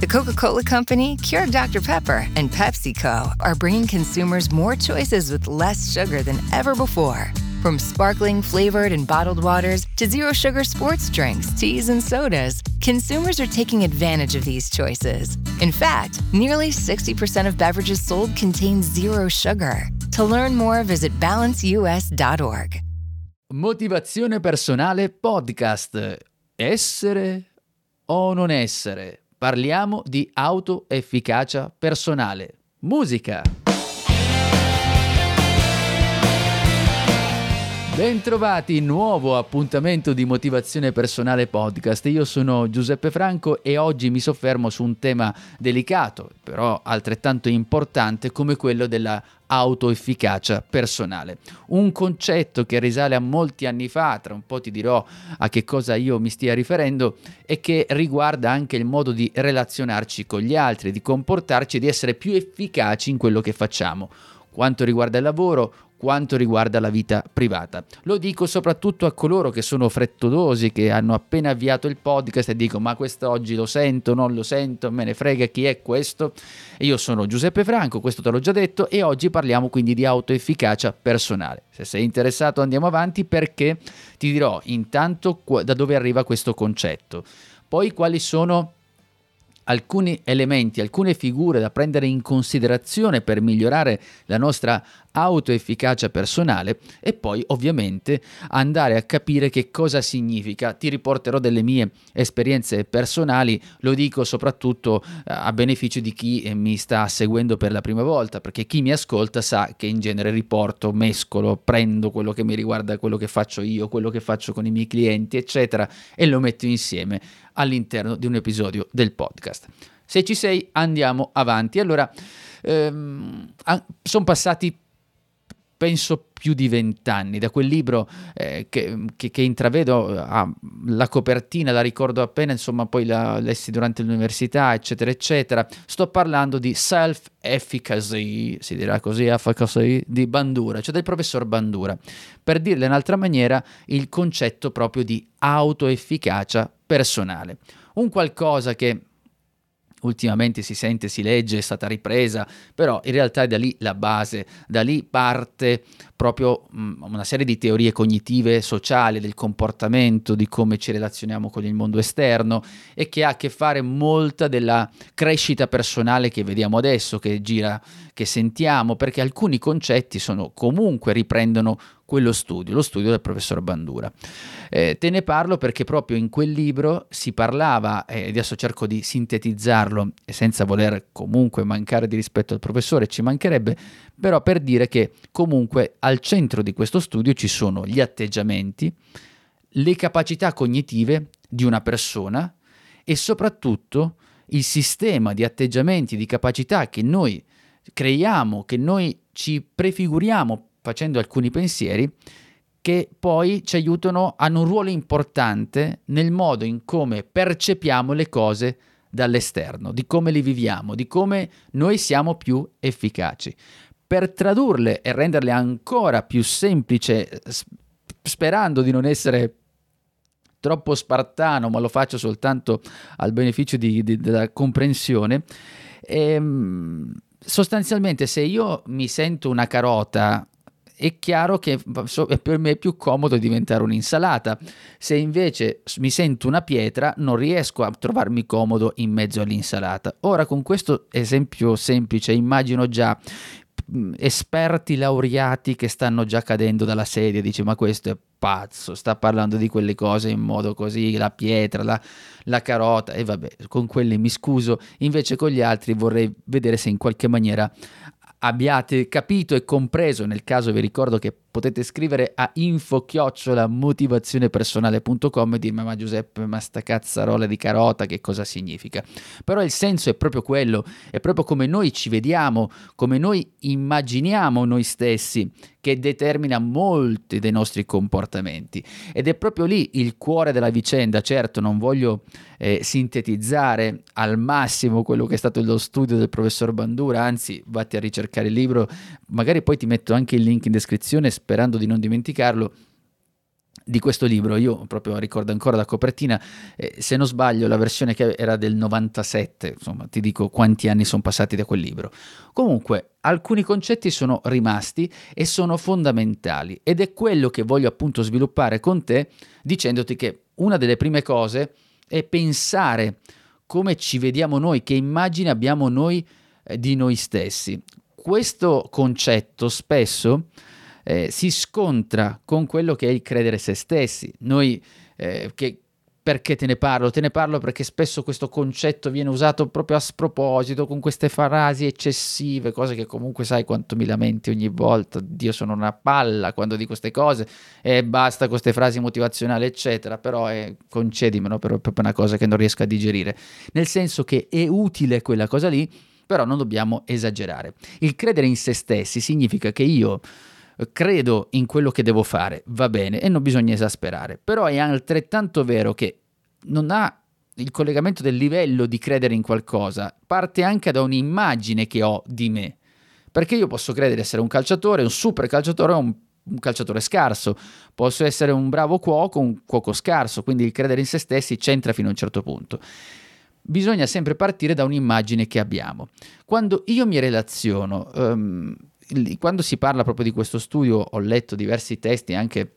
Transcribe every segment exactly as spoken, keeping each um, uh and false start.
Coca-Cola Company, Keurig Doctor Pepper, and PepsiCo are bringing consumers more choices with less sugar than ever before. From sparkling, flavored, and bottled waters to zero-sugar sports drinks, teas, and sodas, consumers are taking advantage of these choices. In fact, nearly sixty percent of beverages sold contain zero sugar. To learn more, visit balance u s dot org. Motivazione personale podcast. Essere o non essere? Parliamo di autoefficacia personale. Musica! Bentrovati, nuovo appuntamento di Motivazione Personale Podcast. Io sono Giuseppe Franco e oggi mi soffermo su un tema delicato, però altrettanto importante come quello della autoefficacia personale. Un concetto che risale a molti anni fa, tra un po' ti dirò a che cosa io mi stia riferendo, e che riguarda anche il modo di relazionarci con gli altri, di comportarci e di essere più efficaci in quello che facciamo, quanto riguarda il lavoro, quanto riguarda la vita privata. Lo dico soprattutto a coloro che sono frettolosi, che hanno appena avviato il podcast e dico ma quest'oggi lo sento, non lo sento, me ne frega chi è questo. E io sono Giuseppe Franco, questo te l'ho già detto, e oggi parliamo quindi di autoefficacia personale. Se sei interessato andiamo avanti, perché ti dirò intanto da dove arriva questo concetto, poi quali sono alcuni elementi, alcune figure da prendere in considerazione per migliorare la nostra autoefficacia personale, e poi ovviamente andare a capire che cosa significa. Ti riporterò delle mie esperienze personali, lo dico soprattutto a beneficio di chi mi sta seguendo per la prima volta, perché chi mi ascolta sa che in genere riporto, mescolo, prendo quello che mi riguarda, quello che faccio io, quello che faccio con i miei clienti, eccetera, e lo metto insieme all'interno di un episodio del podcast. Se ci sei, andiamo avanti. Allora, ehm, sono passati penso più di vent'anni da quel libro eh, che, che, che intravedo, ah, la copertina la ricordo appena, insomma poi la lessi durante l'università, eccetera eccetera. Sto parlando di Self-Efficacy, si dirà così, efficacy, di Bandura, cioè del professor Bandura. Per dirla in un'altra maniera, il concetto proprio di autoefficacia personale. Un qualcosa che ultimamente si sente, si legge, è stata ripresa, però in realtà è da lì la base, da lì parte proprio mh, una serie di teorie cognitive sociali del comportamento, di come ci relazioniamo con il mondo esterno, e che ha a che fare molta della crescita personale che vediamo adesso, che gira, che sentiamo, perché alcuni concetti sono comunque riprendono quello studio, lo studio del professor Bandura. Eh, te ne parlo perché proprio in quel libro si parlava, e eh, adesso cerco di sintetizzarlo e senza voler comunque mancare di rispetto al professore, ci mancherebbe, però per dire che comunque al centro di questo studio ci sono gli atteggiamenti, le capacità cognitive di una persona e soprattutto il sistema di atteggiamenti, di capacità che noi creiamo, che noi ci prefiguriamo facendo alcuni pensieri, che poi ci aiutano, hanno un ruolo importante nel modo in come percepiamo le cose dall'esterno, di come li viviamo, di come noi siamo più efficaci. Per tradurle e renderle ancora più semplici, sperando di non essere troppo spartano, ma lo faccio soltanto al beneficio di, di, della comprensione, ehm, sostanzialmente se io mi sento una carota, è chiaro che per me è più comodo diventare un'insalata. Se invece mi sento una pietra, non riesco a trovarmi comodo in mezzo all'insalata. Ora, con questo esempio semplice, immagino già esperti laureati che stanno già cadendo dalla sedia, dice ma questo è pazzo, sta parlando di quelle cose in modo così, la pietra, la, la carota, e vabbè, con quelli mi scuso, invece con gli altri vorrei vedere se in qualche maniera abbiate capito e compreso. Nel caso vi ricordo che potete scrivere a info chiocciola motivazionepersonale punto com e dirmi ma Giuseppe, ma sta cazzarola di carota che cosa significa? Però il senso è proprio quello, è proprio come noi ci vediamo, come noi immaginiamo noi stessi, che determina molti dei nostri comportamenti, ed è proprio lì il cuore della vicenda. Certo, non voglio eh, sintetizzare al massimo quello che è stato lo studio del professor Bandura, anzi vatti a ricercare il libro, magari poi ti metto anche il link in descrizione sperando di non dimenticarlo. di questo libro. Io proprio ricordo ancora la copertina, eh, se non sbaglio la versione che era del novantasette, insomma ti dico quanti anni sono passati da quel libro. Comunque alcuni concetti sono rimasti e sono fondamentali, ed è quello che voglio appunto sviluppare con te, dicendoti che una delle prime cose è pensare come ci vediamo noi, che immagine abbiamo noi eh, di noi stessi. Questo concetto spesso Eh, si scontra con quello che è il credere se stessi. Noi, eh, che, perché te ne parlo? Te ne parlo perché spesso questo concetto viene usato proprio a sproposito, con queste frasi eccessive, cose che comunque sai quanto mi lamenti ogni volta. Dio, sono una palla quando dico queste cose e basta con queste frasi motivazionali eccetera, però eh, concedimelo, però è proprio una cosa che non riesco a digerire, nel senso che è utile quella cosa lì, però non dobbiamo esagerare. Il credere in se stessi significa che io credo in quello che devo fare, va bene, e non bisogna esasperare, però è altrettanto vero che non ha il collegamento del livello di credere in qualcosa, parte anche da un'immagine che ho di me, perché io posso credere di essere un calciatore, un super calciatore o un, un calciatore scarso, posso essere un bravo cuoco, un cuoco scarso, quindi il credere in se stessi c'entra fino a un certo punto. Bisogna sempre partire da un'immagine che abbiamo. Quando io mi relaziono, um, quando si parla proprio di questo studio, ho letto diversi testi, anche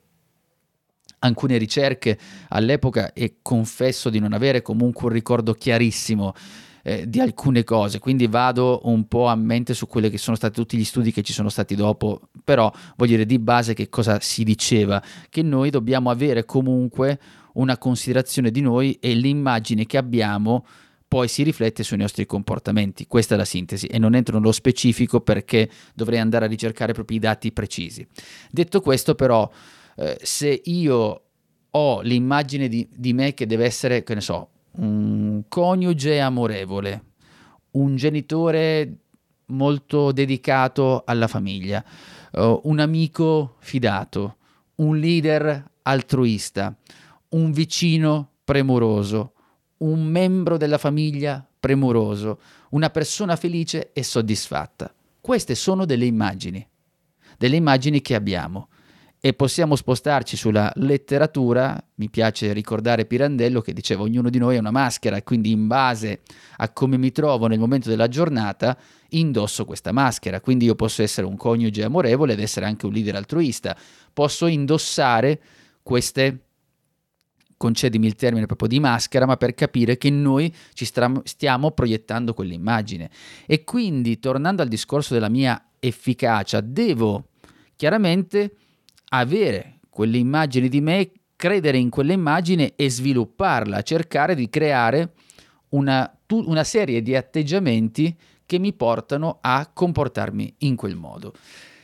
alcune ricerche all'epoca, e confesso di non avere comunque un ricordo chiarissimo eh, di alcune cose, quindi vado un po' a mente su quelli che sono stati tutti gli studi che ci sono stati dopo, però voglio dire di base che cosa si diceva, che noi dobbiamo avere comunque una considerazione di noi e l'immagine che abbiamo poi si riflette sui nostri comportamenti. Questa è la sintesi e non entro nello specifico perché dovrei andare a ricercare proprio i dati precisi. Detto questo però, eh, se io ho l'immagine di, di me che deve essere, che ne so, un coniuge amorevole, un genitore molto dedicato alla famiglia, uh, un amico fidato, un leader altruista, un vicino premuroso, un membro della famiglia premuroso, una persona felice e soddisfatta. Queste sono delle immagini, delle immagini che abbiamo, e possiamo spostarci sulla letteratura. Mi piace ricordare Pirandello che diceva: ognuno di noi è una maschera, e quindi in base a come mi trovo nel momento della giornata indosso questa maschera. Quindi io posso essere un coniuge amorevole ed essere anche un leader altruista, posso indossare queste, concedimi il termine proprio di maschera, ma per capire che noi ci stra- stiamo proiettando quell'immagine. E quindi, tornando al discorso della mia efficacia, devo chiaramente avere quelle immagini di me, credere in quelle immagini e svilupparla, cercare di creare una, tu, una serie di atteggiamenti che mi portano a comportarmi in quel modo.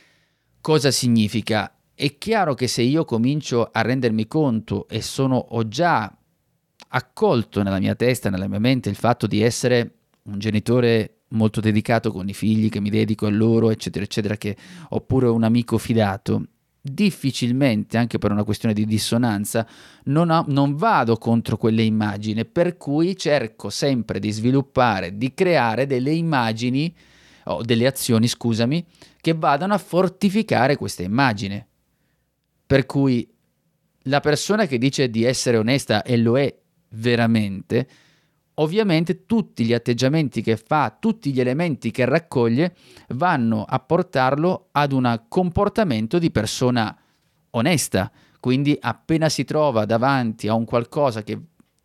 Cosa significa? È chiaro che se io comincio a rendermi conto e sono, ho già accolto nella mia testa, nella mia mente il fatto di essere un genitore molto dedicato con i figli, che mi dedico a loro, eccetera, eccetera, che oppure un amico fidato, difficilmente, anche per una questione di dissonanza, non, ho, non vado contro quelle immagini, per cui cerco sempre di sviluppare, di creare delle immagini, o delle azioni, scusami, che vadano a fortificare questa immagine. Per cui la persona che dice di essere onesta, e lo è veramente, ovviamente tutti gli atteggiamenti che fa, tutti gli elementi che raccoglie vanno a portarlo ad un comportamento di persona onesta. Quindi appena si trova davanti a un qualcosa che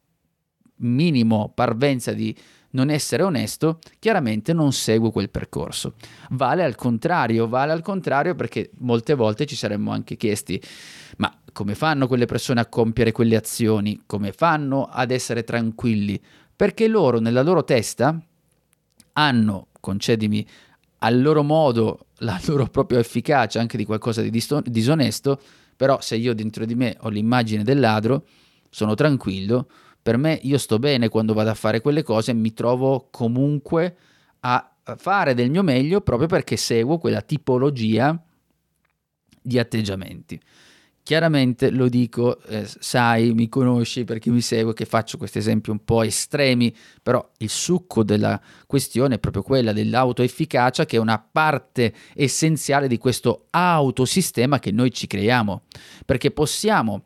minimo parvenza di non essere onesto, chiaramente non segue quel percorso. Vale al contrario, vale al contrario perché molte volte ci saremmo anche chiesti: ma come fanno quelle persone a compiere quelle azioni? Come fanno ad essere tranquilli? Perché loro nella loro testa hanno, concedimi, al loro modo la loro propria efficacia anche di qualcosa di disonesto, però se io dentro di me ho l'immagine del ladro, sono tranquillo, per me io sto bene quando vado a fare quelle cose e mi trovo comunque a fare del mio meglio proprio perché seguo quella tipologia di atteggiamenti. Chiaramente lo dico, eh, sai, mi conosci perché mi segue che faccio questi esempi un po' estremi, però il succo della questione è proprio quella dell'autoefficacia, che è una parte essenziale di questo autosistema che noi ci creiamo, perché possiamo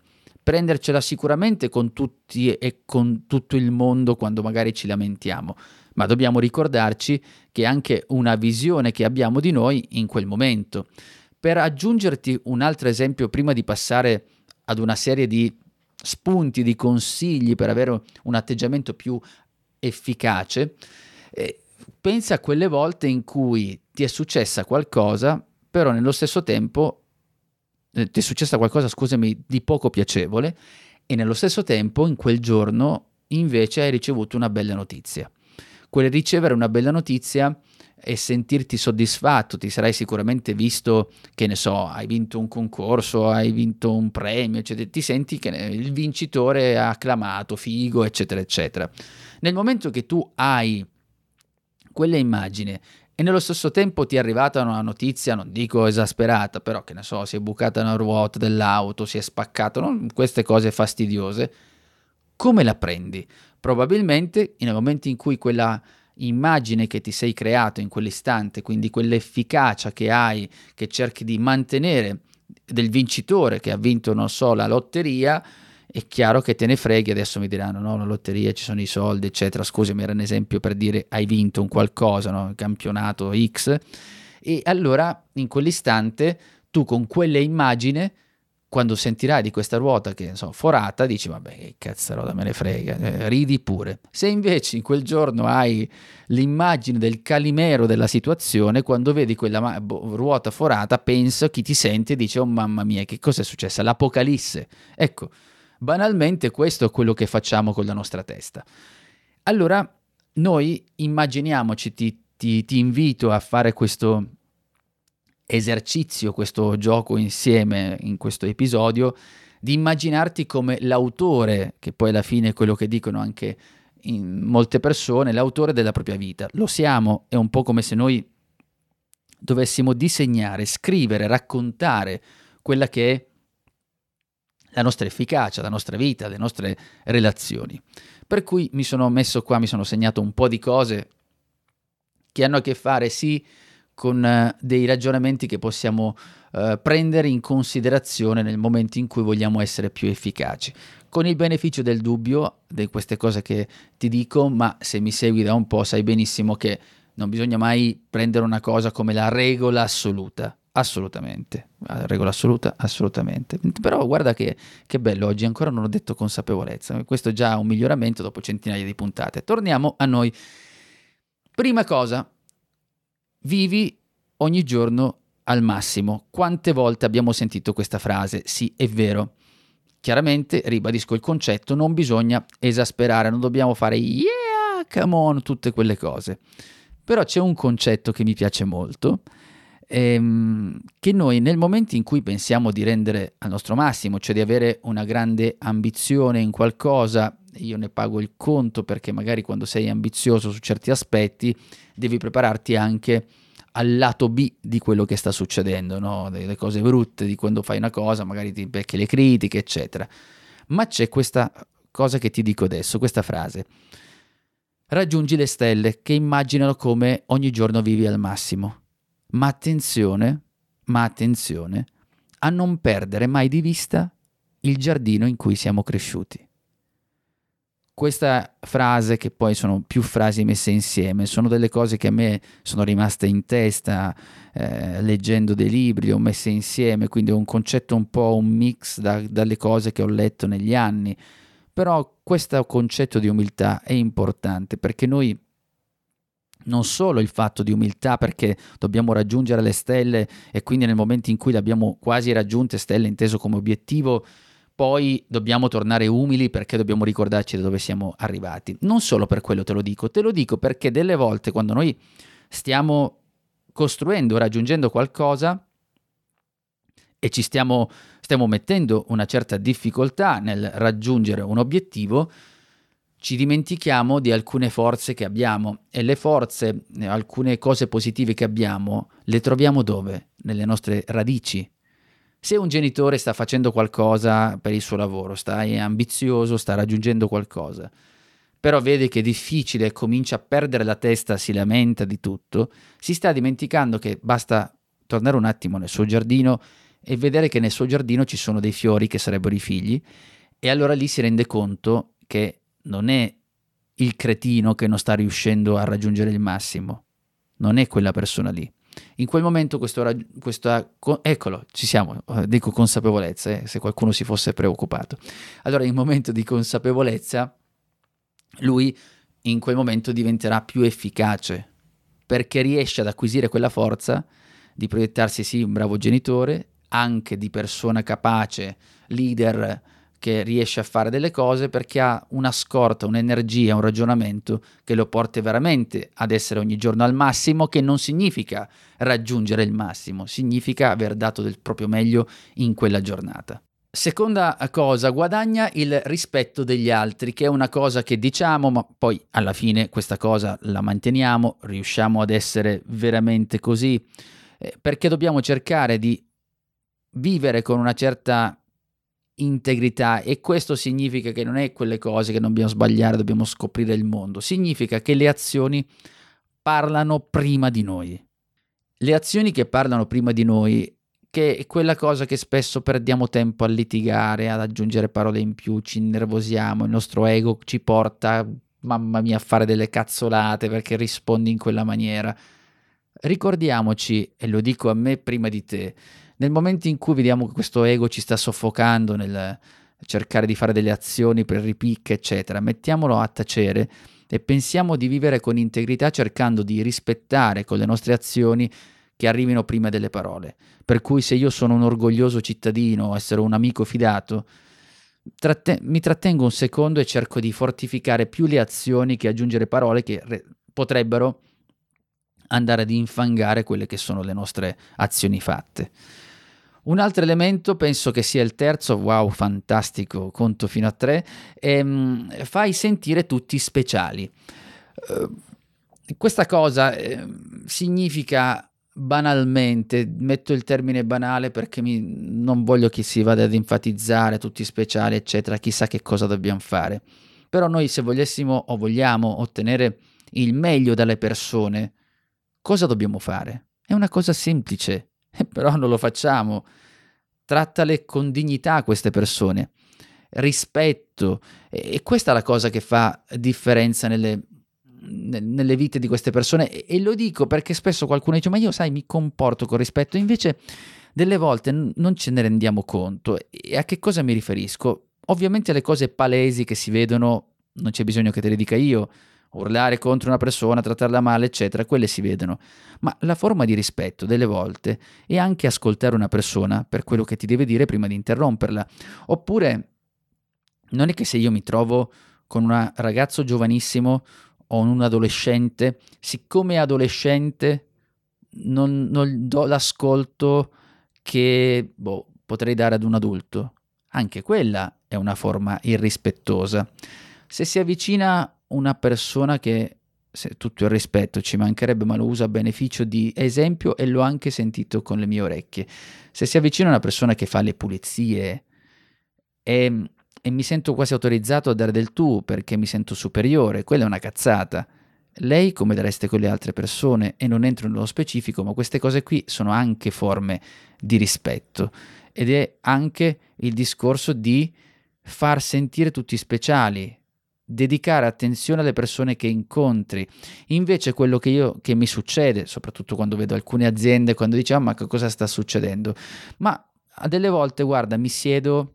prendercela sicuramente con tutti e con tutto il mondo quando magari ci lamentiamo, ma dobbiamo ricordarci che è anche una visione che abbiamo di noi in quel momento. Per aggiungerti un altro esempio prima di passare ad una serie di spunti, di consigli per avere un atteggiamento più efficace, eh, pensa a quelle volte in cui ti è successa qualcosa, però nello stesso tempo eh, ti è successa qualcosa, scusami, di poco piacevole, e nello stesso tempo in quel giorno invece hai ricevuto una bella notizia. Quel ricevere una bella notizia e sentirti soddisfatto, ti sarai sicuramente visto, che ne so, hai vinto un concorso, hai vinto un premio, eccetera, ti senti che il vincitore è acclamato, figo, eccetera, eccetera. Nel momento che tu hai quella immagine e nello stesso tempo ti è arrivata una notizia, non dico esasperata, però che ne so, si è bucata una ruota dell'auto, si è spaccato, no? Queste cose fastidiose, come la prendi? Probabilmente nel momento in cui quella immagine che ti sei creato in quell'istante, quindi quell'efficacia che hai, che cerchi di mantenere del vincitore che ha vinto, non so, la lotteria, è chiaro che te ne freghi. Adesso mi diranno, no, la lotteria, ci sono i soldi, eccetera. Scusami, era un esempio per dire hai vinto un qualcosa, no? Il campionato X. E allora in quell'istante tu con quella immagine, quando sentirai di questa ruota che so, forata, dici vabbè, che cazzarola me ne frega, eh, ridi pure. Se invece in quel giorno hai l'immagine del calimero della situazione, quando vedi quella ma- bo- ruota forata, pensa chi ti sente e dice oh mamma mia, che cosa è successo? L'apocalisse. Ecco, banalmente questo è quello che facciamo con la nostra testa. Allora noi immaginiamoci, ti, ti, ti invito a fare questo esercizio, questo gioco insieme in questo episodio, di immaginarti come l'autore, che poi alla fine è quello che dicono anche in molte persone, l'autore della propria vita. Lo siamo, è un po' come se noi dovessimo disegnare, scrivere, raccontare quella che è la nostra efficacia, la nostra vita, le nostre relazioni. Per cui mi sono messo qua, mi sono segnato un po' di cose che hanno a che fare sì con uh, dei ragionamenti che possiamo uh, prendere in considerazione nel momento in cui vogliamo essere più efficaci. Con il beneficio del dubbio di queste cose che ti dico, ma se mi segui da un po' sai benissimo che non bisogna mai prendere una cosa come la regola assoluta. Assolutamente, la regola assoluta, assolutamente. Però guarda che, che bello, oggi ancora non ho detto consapevolezza, questo è già un miglioramento dopo centinaia di puntate. Torniamo a noi. Prima cosa, vivi ogni giorno al massimo. Quante volte abbiamo sentito questa frase? Sì, è vero. Chiaramente, ribadisco il concetto, non bisogna esasperare, non dobbiamo fare yeah, come on, tutte quelle cose. Però c'è un concetto che mi piace molto, ehm, che noi nel momento in cui pensiamo di rendere al nostro massimo, cioè di avere una grande ambizione in qualcosa, io ne pago il conto perché magari quando sei ambizioso su certi aspetti devi prepararti anche al lato B di quello che sta succedendo, no? Delle cose brutte di quando fai una cosa, magari ti becchi le critiche, eccetera. Ma c'è questa cosa che ti dico adesso, questa frase. Raggiungi le stelle che immaginano come ogni giorno vivi al massimo. Ma attenzione, ma attenzione a non perdere mai di vista il giardino in cui siamo cresciuti. Questa frase, che poi sono più frasi messe insieme, sono delle cose che a me sono rimaste in testa eh, leggendo dei libri, ho messe insieme, quindi è un concetto un po' un mix da, dalle cose che ho letto negli anni. Però questo concetto di umiltà è importante perché noi non solo il fatto di umiltà perché dobbiamo raggiungere le stelle e quindi nel momento in cui le abbiamo quasi raggiunte, stelle inteso come obiettivo, poi dobbiamo tornare umili perché dobbiamo ricordarci da dove siamo arrivati. Non solo per quello te lo dico, te lo dico perché delle volte quando noi stiamo costruendo, raggiungendo qualcosa e ci stiamo, stiamo mettendo una certa difficoltà nel raggiungere un obiettivo, ci dimentichiamo di alcune forze che abbiamo e le forze, alcune cose positive che abbiamo, le troviamo dove? Nelle nostre radici. Se un genitore sta facendo qualcosa per il suo lavoro, sta, è ambizioso, sta raggiungendo qualcosa, però vede che è difficile, comincia a perdere la testa, si lamenta di tutto, si sta dimenticando che basta tornare un attimo nel suo giardino e vedere che nel suo giardino ci sono dei fiori che sarebbero i figli E allora lì si rende conto che non è il cretino che non sta riuscendo a raggiungere il massimo, non è quella persona lì. In quel momento questo, questa, eccolo, ci siamo, dico consapevolezza, eh, se qualcuno si fosse preoccupato. Allora in un momento di consapevolezza lui in quel momento diventerà più efficace, perché riesce ad acquisire quella forza di proiettarsi sì un bravo genitore, anche di persona capace, leader, che riesce a fare delle cose perché ha una scorta, un'energia, un ragionamento che lo porta veramente ad essere ogni giorno al massimo, che non significa raggiungere il massimo, significa aver dato del proprio meglio in quella giornata. Seconda cosa, guadagna il rispetto degli altri, che è una cosa che diciamo, ma poi alla fine questa cosa la manteniamo, riusciamo ad essere veramente così, eh, perché dobbiamo cercare di vivere con una certa integrità, e questo significa che non è quelle cose che non dobbiamo sbagliare, dobbiamo scoprire il mondo, significa che le azioni parlano prima di noi. Le azioni che parlano prima di noi, che è quella cosa che spesso perdiamo tempo a litigare, ad aggiungere parole in più, ci innervosiamo, il nostro ego ci porta, mamma mia, a fare delle cazzolate perché rispondi in quella maniera. Ricordiamoci, e lo dico a me prima di te, nel momento in cui vediamo che questo ego ci sta soffocando nel cercare di fare delle azioni per ripicche, eccetera, mettiamolo a tacere e pensiamo di vivere con integrità, cercando di rispettare con le nostre azioni che arrivino prima delle parole. Per cui se io sono un orgoglioso cittadino, essere un amico fidato, tratte- mi trattengo un secondo e cerco di fortificare più le azioni che aggiungere parole che re- potrebbero andare ad infangare quelle che sono le nostre azioni fatte. Un altro elemento, penso che sia il terzo, wow, fantastico, conto fino a tre, ehm, fai sentire tutti speciali. Uh, questa cosa eh, significa banalmente, metto il termine banale perché mi, non voglio che si vada ad enfatizzare tutti speciali, eccetera, chissà che cosa dobbiamo fare. Però noi se volessimo o vogliamo ottenere il meglio dalle persone, cosa dobbiamo fare? È una cosa semplice, però non lo facciamo. Trattale con dignità queste persone, rispetto, e questa è la cosa che fa differenza nelle, nelle vite di queste persone, e lo dico perché spesso qualcuno dice ma io sai mi comporto con rispetto, invece delle volte non ce ne rendiamo conto. E a che cosa mi riferisco? Ovviamente alle cose palesi che si vedono, non c'è bisogno che te le dica io, urlare contro una persona, trattarla male, eccetera, quelle si vedono. Ma la forma di rispetto delle volte è anche ascoltare una persona per quello che ti deve dire prima di interromperla. Oppure non è che se io mi trovo con un ragazzo giovanissimo o un adolescente, siccome è adolescente non, non do l'ascolto che boh, potrei dare ad un adulto. Anche quella è una forma irrispettosa. Se si avvicina una persona che, se tutto il rispetto ci mancherebbe, ma lo usa a beneficio di esempio, e l'ho anche sentito con le mie orecchie, se si avvicina una persona che fa le pulizie e, e mi sento quasi autorizzato a dare del tu perché mi sento superiore, quella è una cazzata. Lei come dareste con le altre persone, e non entro nello specifico, ma queste cose qui sono anche forme di rispetto, ed è anche il discorso di far sentire tutti speciali, dedicare attenzione alle persone che incontri. Invece quello che io che mi succede, soprattutto quando vedo alcune aziende, quando dice ah ma che cosa sta succedendo, ma a delle volte guarda mi siedo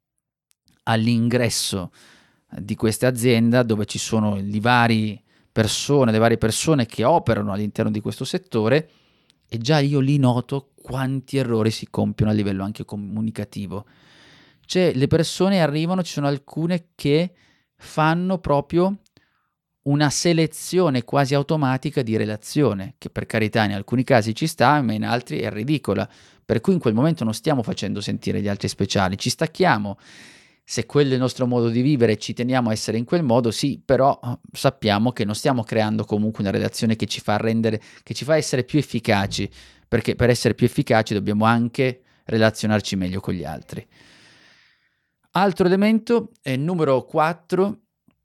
all'ingresso di questa azienda dove ci sono i vari persone, le varie persone che operano all'interno di questo settore, e già io lì noto quanti errori si compiono a livello anche comunicativo. Cioè le persone arrivano, ci sono alcune che fanno proprio una selezione quasi automatica di relazione, che per carità in alcuni casi ci sta, ma in altri è ridicola, per cui in quel momento non stiamo facendo sentire gli altri speciali, ci stacchiamo. Se quello è il nostro modo di vivere, ci teniamo a essere in quel modo, sì, però sappiamo che non stiamo creando comunque una relazione che ci fa rendere, che ci fa essere più efficaci, perché per essere più efficaci dobbiamo anche relazionarci meglio con gli altri. Altro elemento è il numero quattro,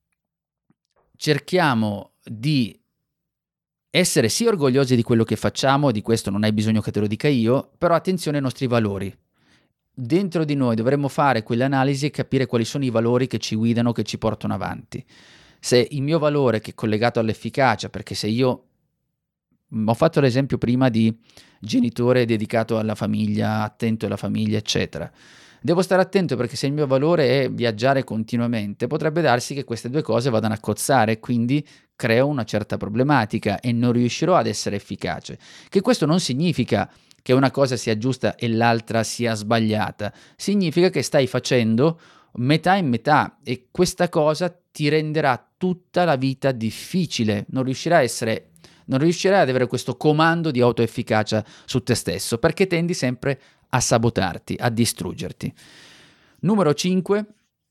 cerchiamo di essere sì orgogliosi di quello che facciamo, di questo non hai bisogno che te lo dica io, però attenzione ai nostri valori. dentro di noi dovremmo fare quell'analisi e capire quali sono i valori che ci guidano, che ci portano avanti. Se il mio valore che è collegato all'efficacia, perché se io ho fatto l'esempio prima di genitore dedicato alla famiglia, attento alla famiglia, eccetera. Devo stare attento perché se il mio valore è viaggiare continuamente, potrebbe darsi che queste due cose vadano a cozzare, quindi creo una certa problematica e non riuscirò ad essere efficace. Che questo non significa che una cosa sia giusta e l'altra sia sbagliata, significa che stai facendo metà in metà e questa cosa ti renderà tutta la vita difficile, non riuscirai a essere non riuscirai ad avere questo comando di autoefficacia su te stesso, perché tendi sempre a sabotarti, a distruggerti. Numero cinque,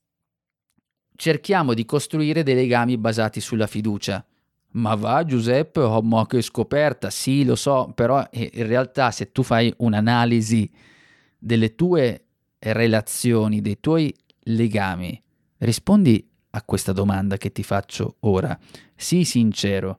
cerchiamo di costruire dei legami basati sulla fiducia. Ma va Giuseppe, oh, ma che scoperta, sì lo so, però in realtà se tu fai un'analisi delle tue relazioni, dei tuoi legami, rispondi a questa domanda che ti faccio ora, sii sincero.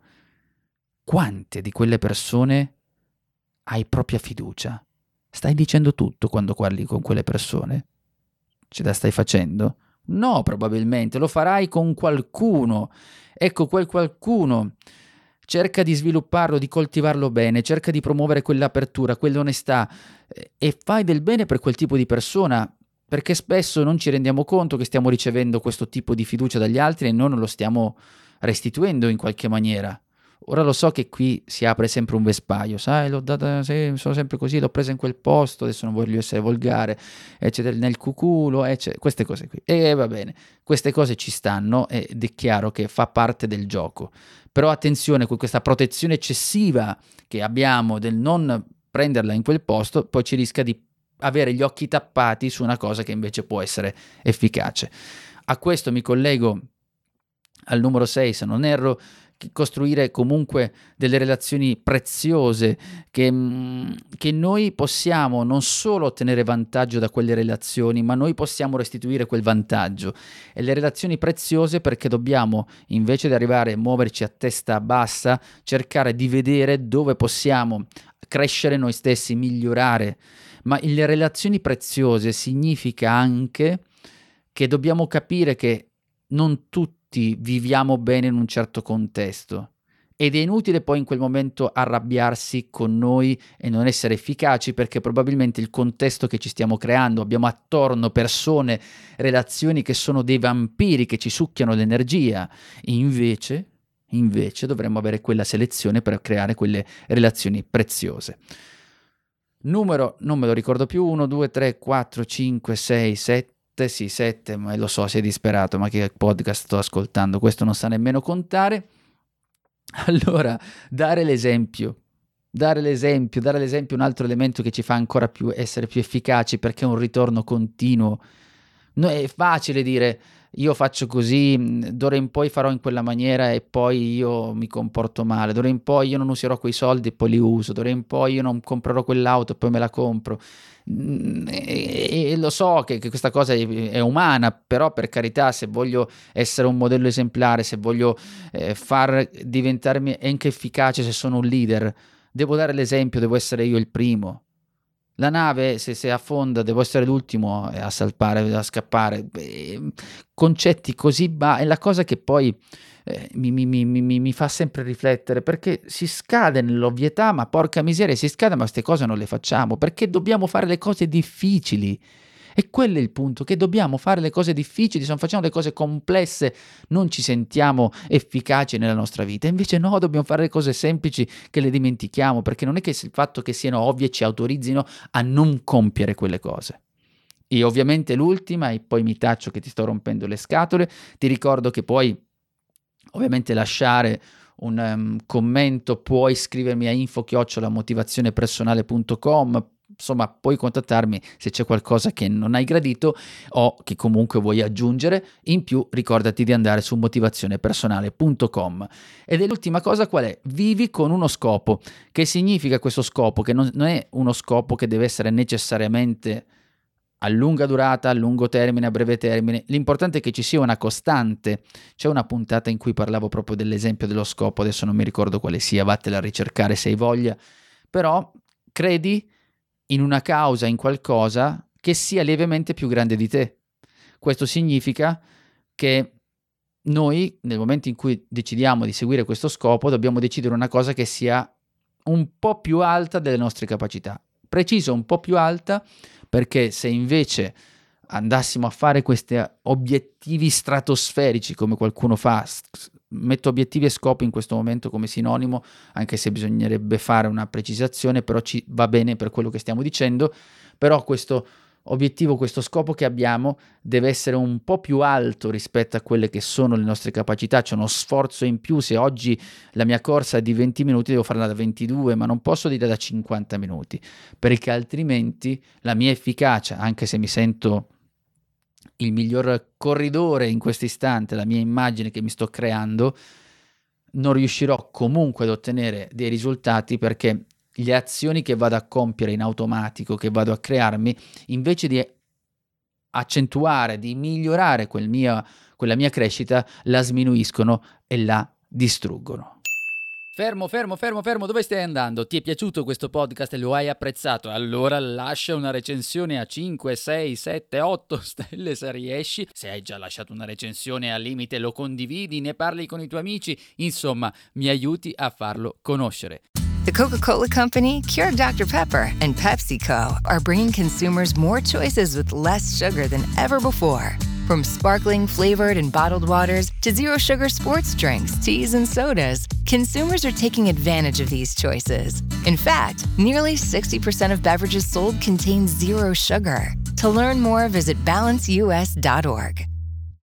Quante di quelle persone hai propria fiducia? Stai dicendo tutto quando parli con quelle persone? Ce la stai facendo? No, probabilmente, lo farai con qualcuno. Ecco, quel qualcuno cerca di svilupparlo, di coltivarlo bene, cerca di promuovere quell'apertura, quell'onestà e fai del bene per quel tipo di persona, perché spesso non ci rendiamo conto che stiamo ricevendo questo tipo di fiducia dagli altri e noi non lo stiamo restituendo in qualche maniera. Ora lo so che qui si apre sempre un vespaio, sai, l'ho data, sì, sono sempre così, l'ho presa in quel posto, adesso non voglio essere volgare, eccetera, nel cuculo, eccetera, queste cose qui. E va bene, queste cose ci stanno ed è chiaro che fa parte del gioco. Però attenzione, con questa protezione eccessiva che abbiamo del non prenderla in quel posto, poi ci rischia di avere gli occhi tappati su una cosa che invece può essere efficace. A questo mi collego al numero sei, se non erro, costruire comunque delle relazioni preziose che, che noi possiamo non solo ottenere vantaggio da quelle relazioni, ma noi possiamo restituire quel vantaggio. E le relazioni preziose perché dobbiamo, invece di arrivare a muoverci a testa bassa, cercare di vedere dove possiamo crescere noi stessi, migliorare. Ma le relazioni preziose significa anche che dobbiamo capire che non tutti viviamo bene in un certo contesto ed è inutile poi in quel momento arrabbiarsi con noi e non essere efficaci, perché probabilmente il contesto che ci stiamo creando, abbiamo attorno persone, relazioni che sono dei vampiri che ci succhiano l'energia. Invece, invece dovremmo avere quella selezione per creare quelle relazioni preziose. Numero, non me lo ricordo più, uno, due, tre, quattro, cinque, sei, sette, sì, sette, ma lo so, sei disperato, ma che podcast sto ascoltando, questo non sa nemmeno contare. Allora, dare l'esempio, dare l'esempio, dare l'esempio è un altro elemento che ci fa ancora più essere più efficaci, perché è un ritorno continuo. No, è facile dire io faccio così, d'ora in poi farò in quella maniera e poi io mi comporto male, d'ora in poi io non userò quei soldi e poi li uso, d'ora in poi io non comprerò quell'auto e poi me la compro. E, e lo so che, che questa cosa è, è umana, però per carità, se voglio essere un modello esemplare, se voglio eh, far diventarmi anche efficace, se sono un leader, devo dare l'esempio, devo essere io il primo. La nave, se, se affonda, devo essere l'ultimo a salpare, a scappare. Beh, concetti così bassi, è la cosa che poi eh, mi, mi, mi, mi, mi fa sempre riflettere, perché si scade nell'ovvietà, ma porca miseria, si scade, ma queste cose non le facciamo, perché dobbiamo fare le cose difficili. E quello è il punto, che dobbiamo fare le cose difficili, se non facciamo le cose complesse non ci sentiamo efficaci nella nostra vita, invece no, dobbiamo fare le cose semplici che le dimentichiamo, perché non è che il fatto che siano ovvie ci autorizzino a non compiere quelle cose. E ovviamente l'ultima, e poi mi taccio che ti sto rompendo le scatole, ti ricordo che puoi ovviamente lasciare un um, commento, puoi scrivermi a info chiocciola motivazionepersonale punto com, insomma puoi contattarmi se c'è qualcosa che non hai gradito o che comunque vuoi aggiungere. In più ricordati di andare su motivazionepersonale punto com. Ed è l'ultima cosa qual è? Vivi con uno scopo. Che significa questo scopo? Che non, non è uno scopo che deve essere necessariamente a lunga durata, a lungo termine, a breve termine. L'importante è che ci sia una costante. C'è una puntata in cui parlavo proprio dell'esempio dello scopo, adesso non mi ricordo quale sia, vattela a ricercare se hai voglia, però credi in una causa, in qualcosa che sia lievemente più grande di te. Questo significa che noi, nel momento in cui decidiamo di seguire questo scopo, dobbiamo decidere una cosa che sia un po' più alta delle nostre capacità. Preciso, un po' più alta, perché se invece andassimo a fare questi obiettivi stratosferici, come qualcuno fa, metto obiettivi e scopi in questo momento come sinonimo, anche se bisognerebbe fare una precisazione, però ci va bene per quello che stiamo dicendo, però questo obiettivo, questo scopo che abbiamo deve essere un po' più alto rispetto a quelle che sono le nostre capacità. C'è uno sforzo in più. Se oggi la mia corsa è di venti minuti, devo farla da ventidue, ma non posso dire da cinquanta minuti, perché altrimenti la mia efficacia, anche se mi sento il miglior corridore in questo istante, la mia immagine che mi sto creando, non riuscirò comunque ad ottenere dei risultati, perché le azioni che vado a compiere in automatico, che vado a crearmi, invece di accentuare, di migliorare quel mia, quella mia crescita, la sminuiscono e la distruggono. Fermo, fermo, fermo, fermo, dove stai andando? Ti è piaciuto questo podcast e lo hai apprezzato? Allora lascia una recensione a cinque, sei, sette, otto stelle se riesci. Se hai già lasciato una recensione, al limite lo condividi, ne parli con i tuoi amici, insomma mi aiuti a farlo conoscere. The Coca-Cola Company, Keurig Doctor Pepper, and PepsiCo are bringing consumers more choices with less sugar than ever before. From sparkling flavored and bottled waters to zero sugar sports drinks, teas, and sodas, consumers are taking advantage of these choices. In fact, nearly sixty percent of beverages sold contain zero sugar. To learn more, visit balance u s dot org.